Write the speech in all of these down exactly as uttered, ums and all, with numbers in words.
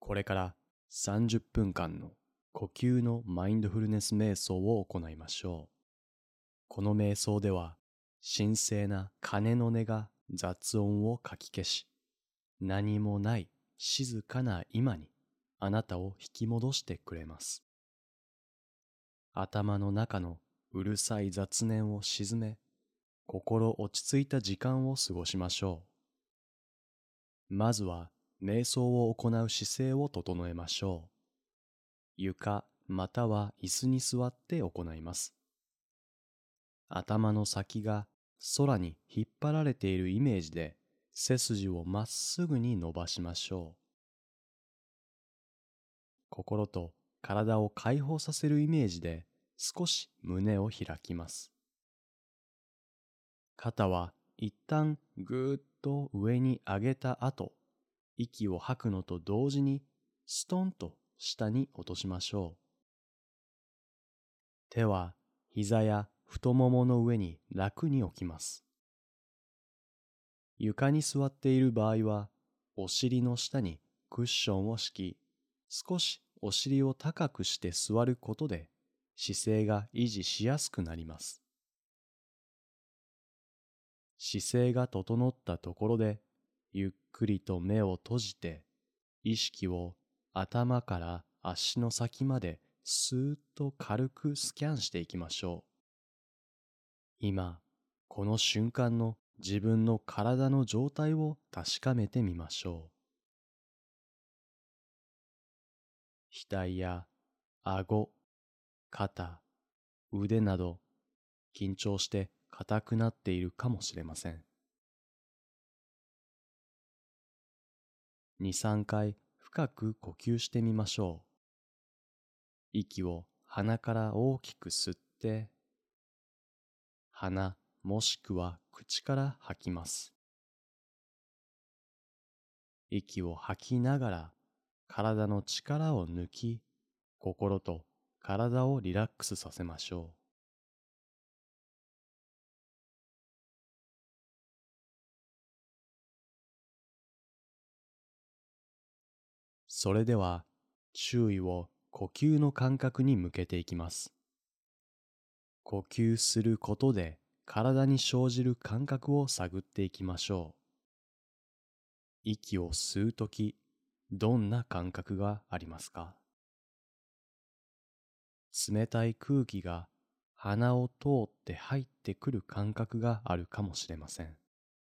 これからさんじゅっぷんかんの呼吸のマインドフルネス瞑想を行いましょう。この瞑想では神聖な鐘の音が雑音をかき消し、何もない静かな今にあなたを引き戻してくれます。頭の中のうるさい雑念を鎮め、心落ち着いた時間を過ごしましょう。まずは瞑想を行う姿勢を整えましょう。床または椅子に座って行います。頭の先が空に引っ張られているイメージで背筋をまっすぐに伸ばしましょう。心と体を解放させるイメージで少し胸を開きます。肩は一旦ぐーっと上に上げた後、息を吐くのと同時にストンと下に落としましょう。手は膝や太ももの上に楽に置きます。床に座っている場合は、お尻の下にクッションを敷き、少しお尻を高くして座ることで姿勢が維持しやすくなります。姿勢が整ったところで、ゆっくりと目を閉じて、意識を頭から足の先までスーッと軽くスキャンしていきましょう。今、この瞬間の自分の体の状態を確かめてみましょう。額や顎、肩、腕など緊張して硬くなっているかもしれません。に、さんかい深く呼吸してみましょう。息を鼻から大きく吸って、鼻もしくは口から吐きます。息を吐きながら体の力を抜き、心と体をリラックスさせましょう。それでは注意を呼吸の感覚に向けていきます。呼吸することで体に生じる感覚を探っていきましょう。息を吸うとき、どんな感覚がありますか？冷たい空気が鼻を通って入ってくる感覚があるかもしれません。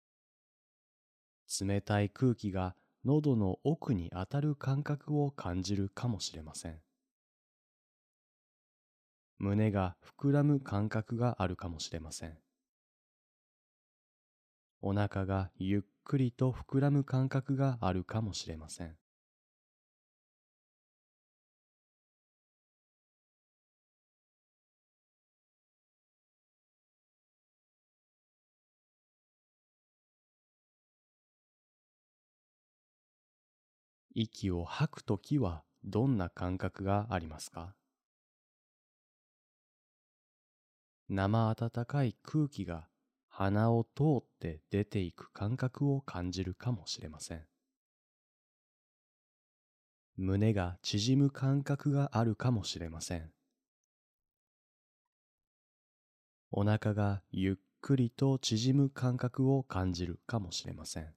冷たい空気が喉の奥に当たる感覚を感じるかもしれません。胸が膨らむ感覚があるかもしれません。お腹がゆっくりと膨らむ感覚があるかもしれません。息を吐くときはどんな感覚がありますか？生暖かい空気が鼻を通って出ていく感覚を感じるかもしれません。胸が縮む感覚があるかもしれません。お腹がゆっくりと縮む感覚を感じるかもしれません。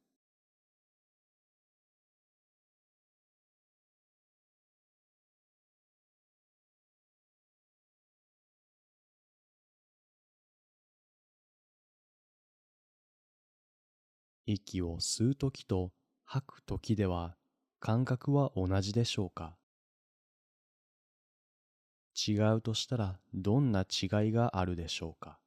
息を吸うときと吐くときでは感覚は同じでしょうか？違うとしたらどんな違いがあるでしょうか？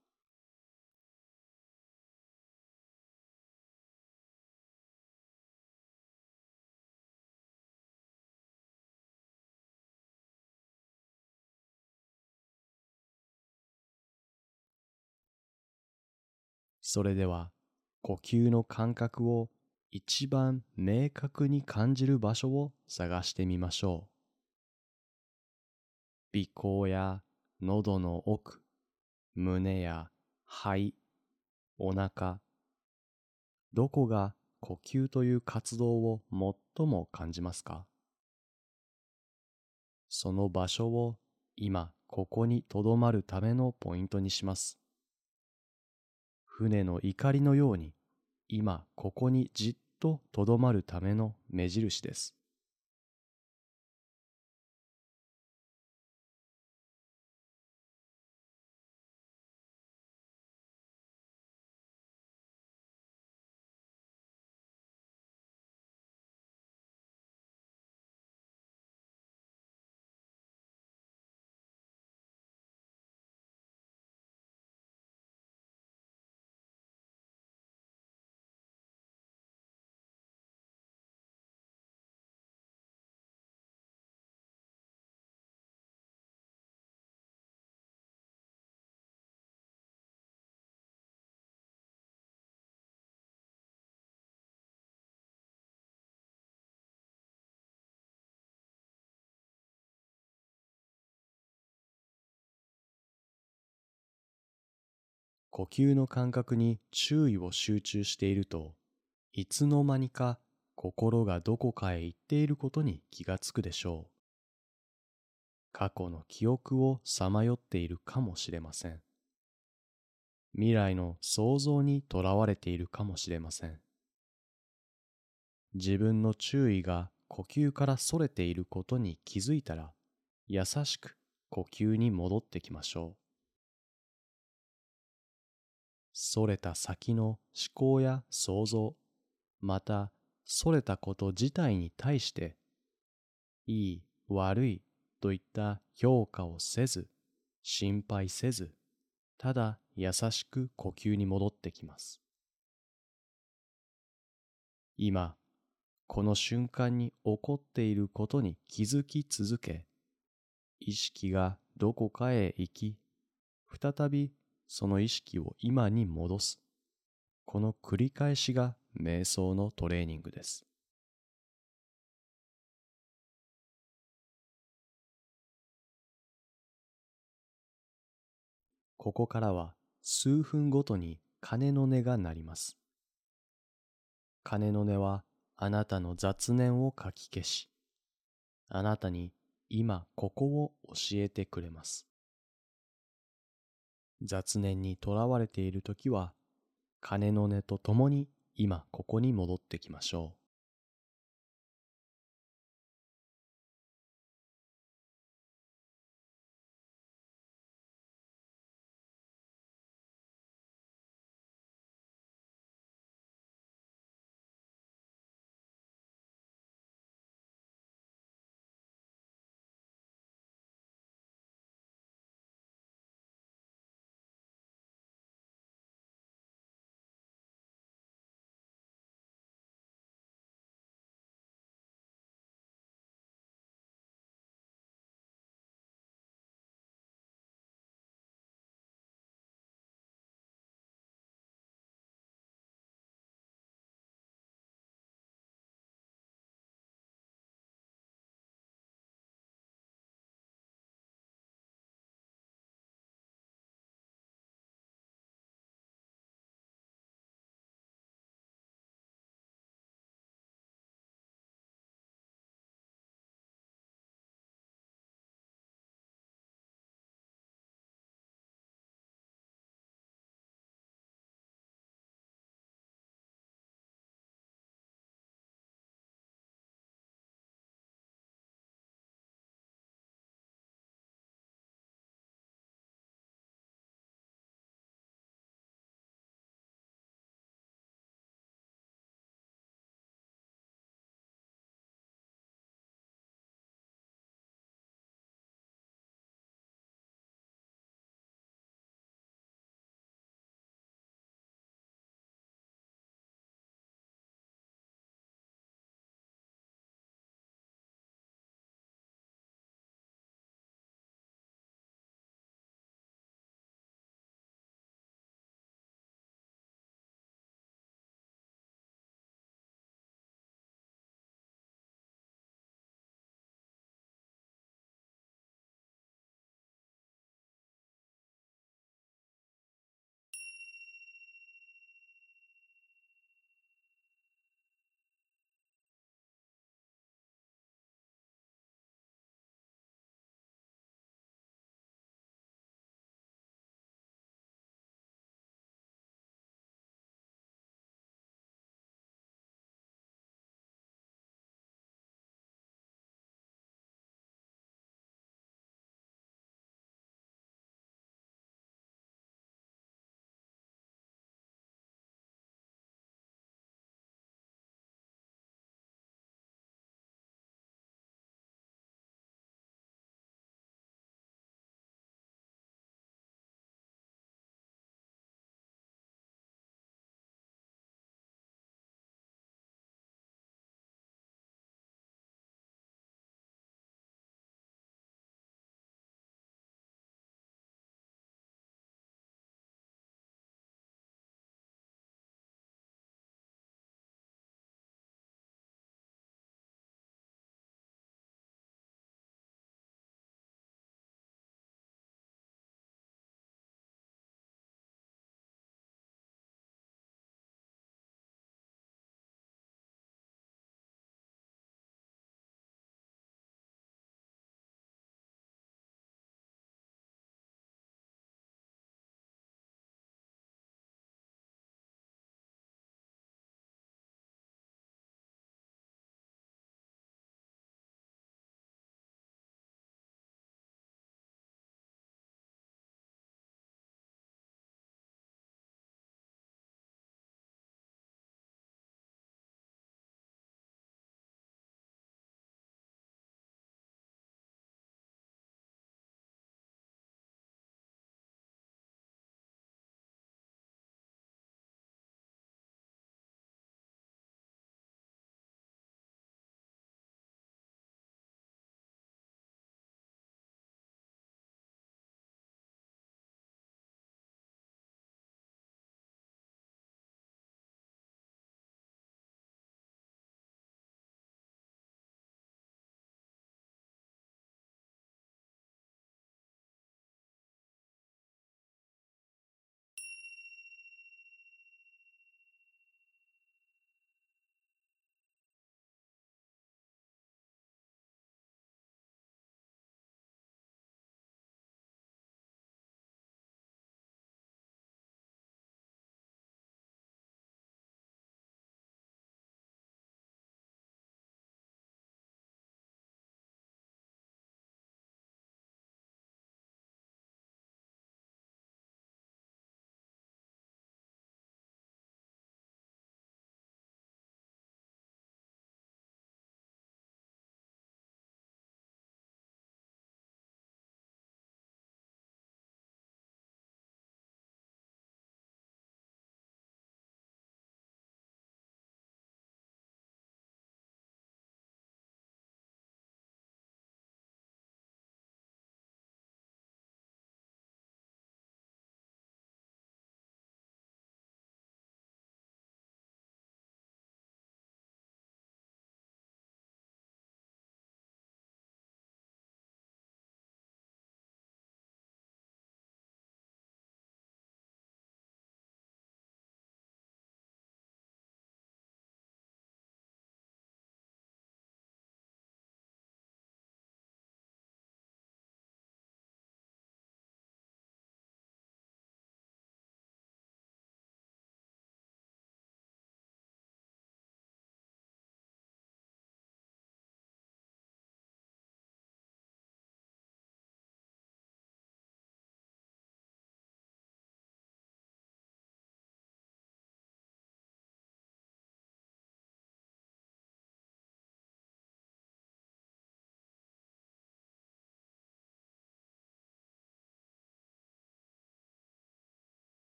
それでは呼吸の感覚を一番明確に感じる場所を探してみましょう。鼻孔や喉の奥、胸や肺、お腹、どこが呼吸という活動を最も感じますか？ その場所を今ここにとどまるためのポイントにします。船の怒りのように今ここにじっととどまるための目印です。呼吸の感覚に注意を集中していると、いつの間にか心がどこかへ行っていることに気がつくでしょう。過去の記憶をさまよっているかもしれません。未来の想像にとらわれているかもしれません。自分の注意が呼吸からそれていることに気づいたら、優しく呼吸に戻ってきましょう。それた先の思考や想像、またそれたこと自体に対して、いい、悪いといった評価をせず、心配せず、ただ優しく呼吸に戻ってきます。今、この瞬間に起こっていることに気づき続け、意識がどこかへ行き、再びその意識を今に戻す。この繰り返しが瞑想のトレーニングです。ここからは数分ごとに鐘の音が鳴ります。鐘の音はあなたの雑念をかき消し、あなたに今ここを教えてくれます。雑念にとらわれているときは、鐘の音とともに今ここに戻ってきましょう。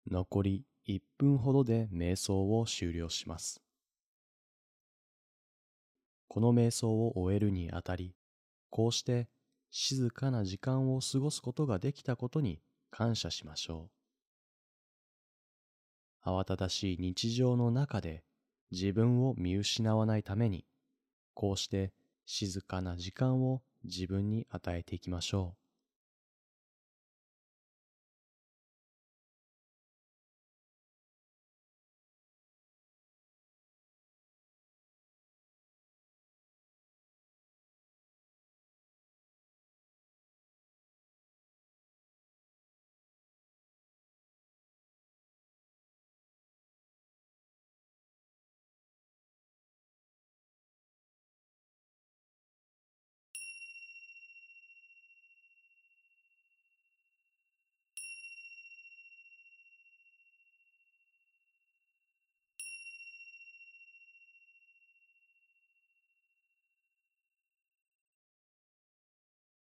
残りいっぷんほどで瞑想を終了します。この瞑想を終えるにあたり、こうして静かな時間を過ごすことができたことに感謝しましょう。慌ただしい日常の中で自分を見失わないために、こうして静かな時間を自分に与えていきましょう。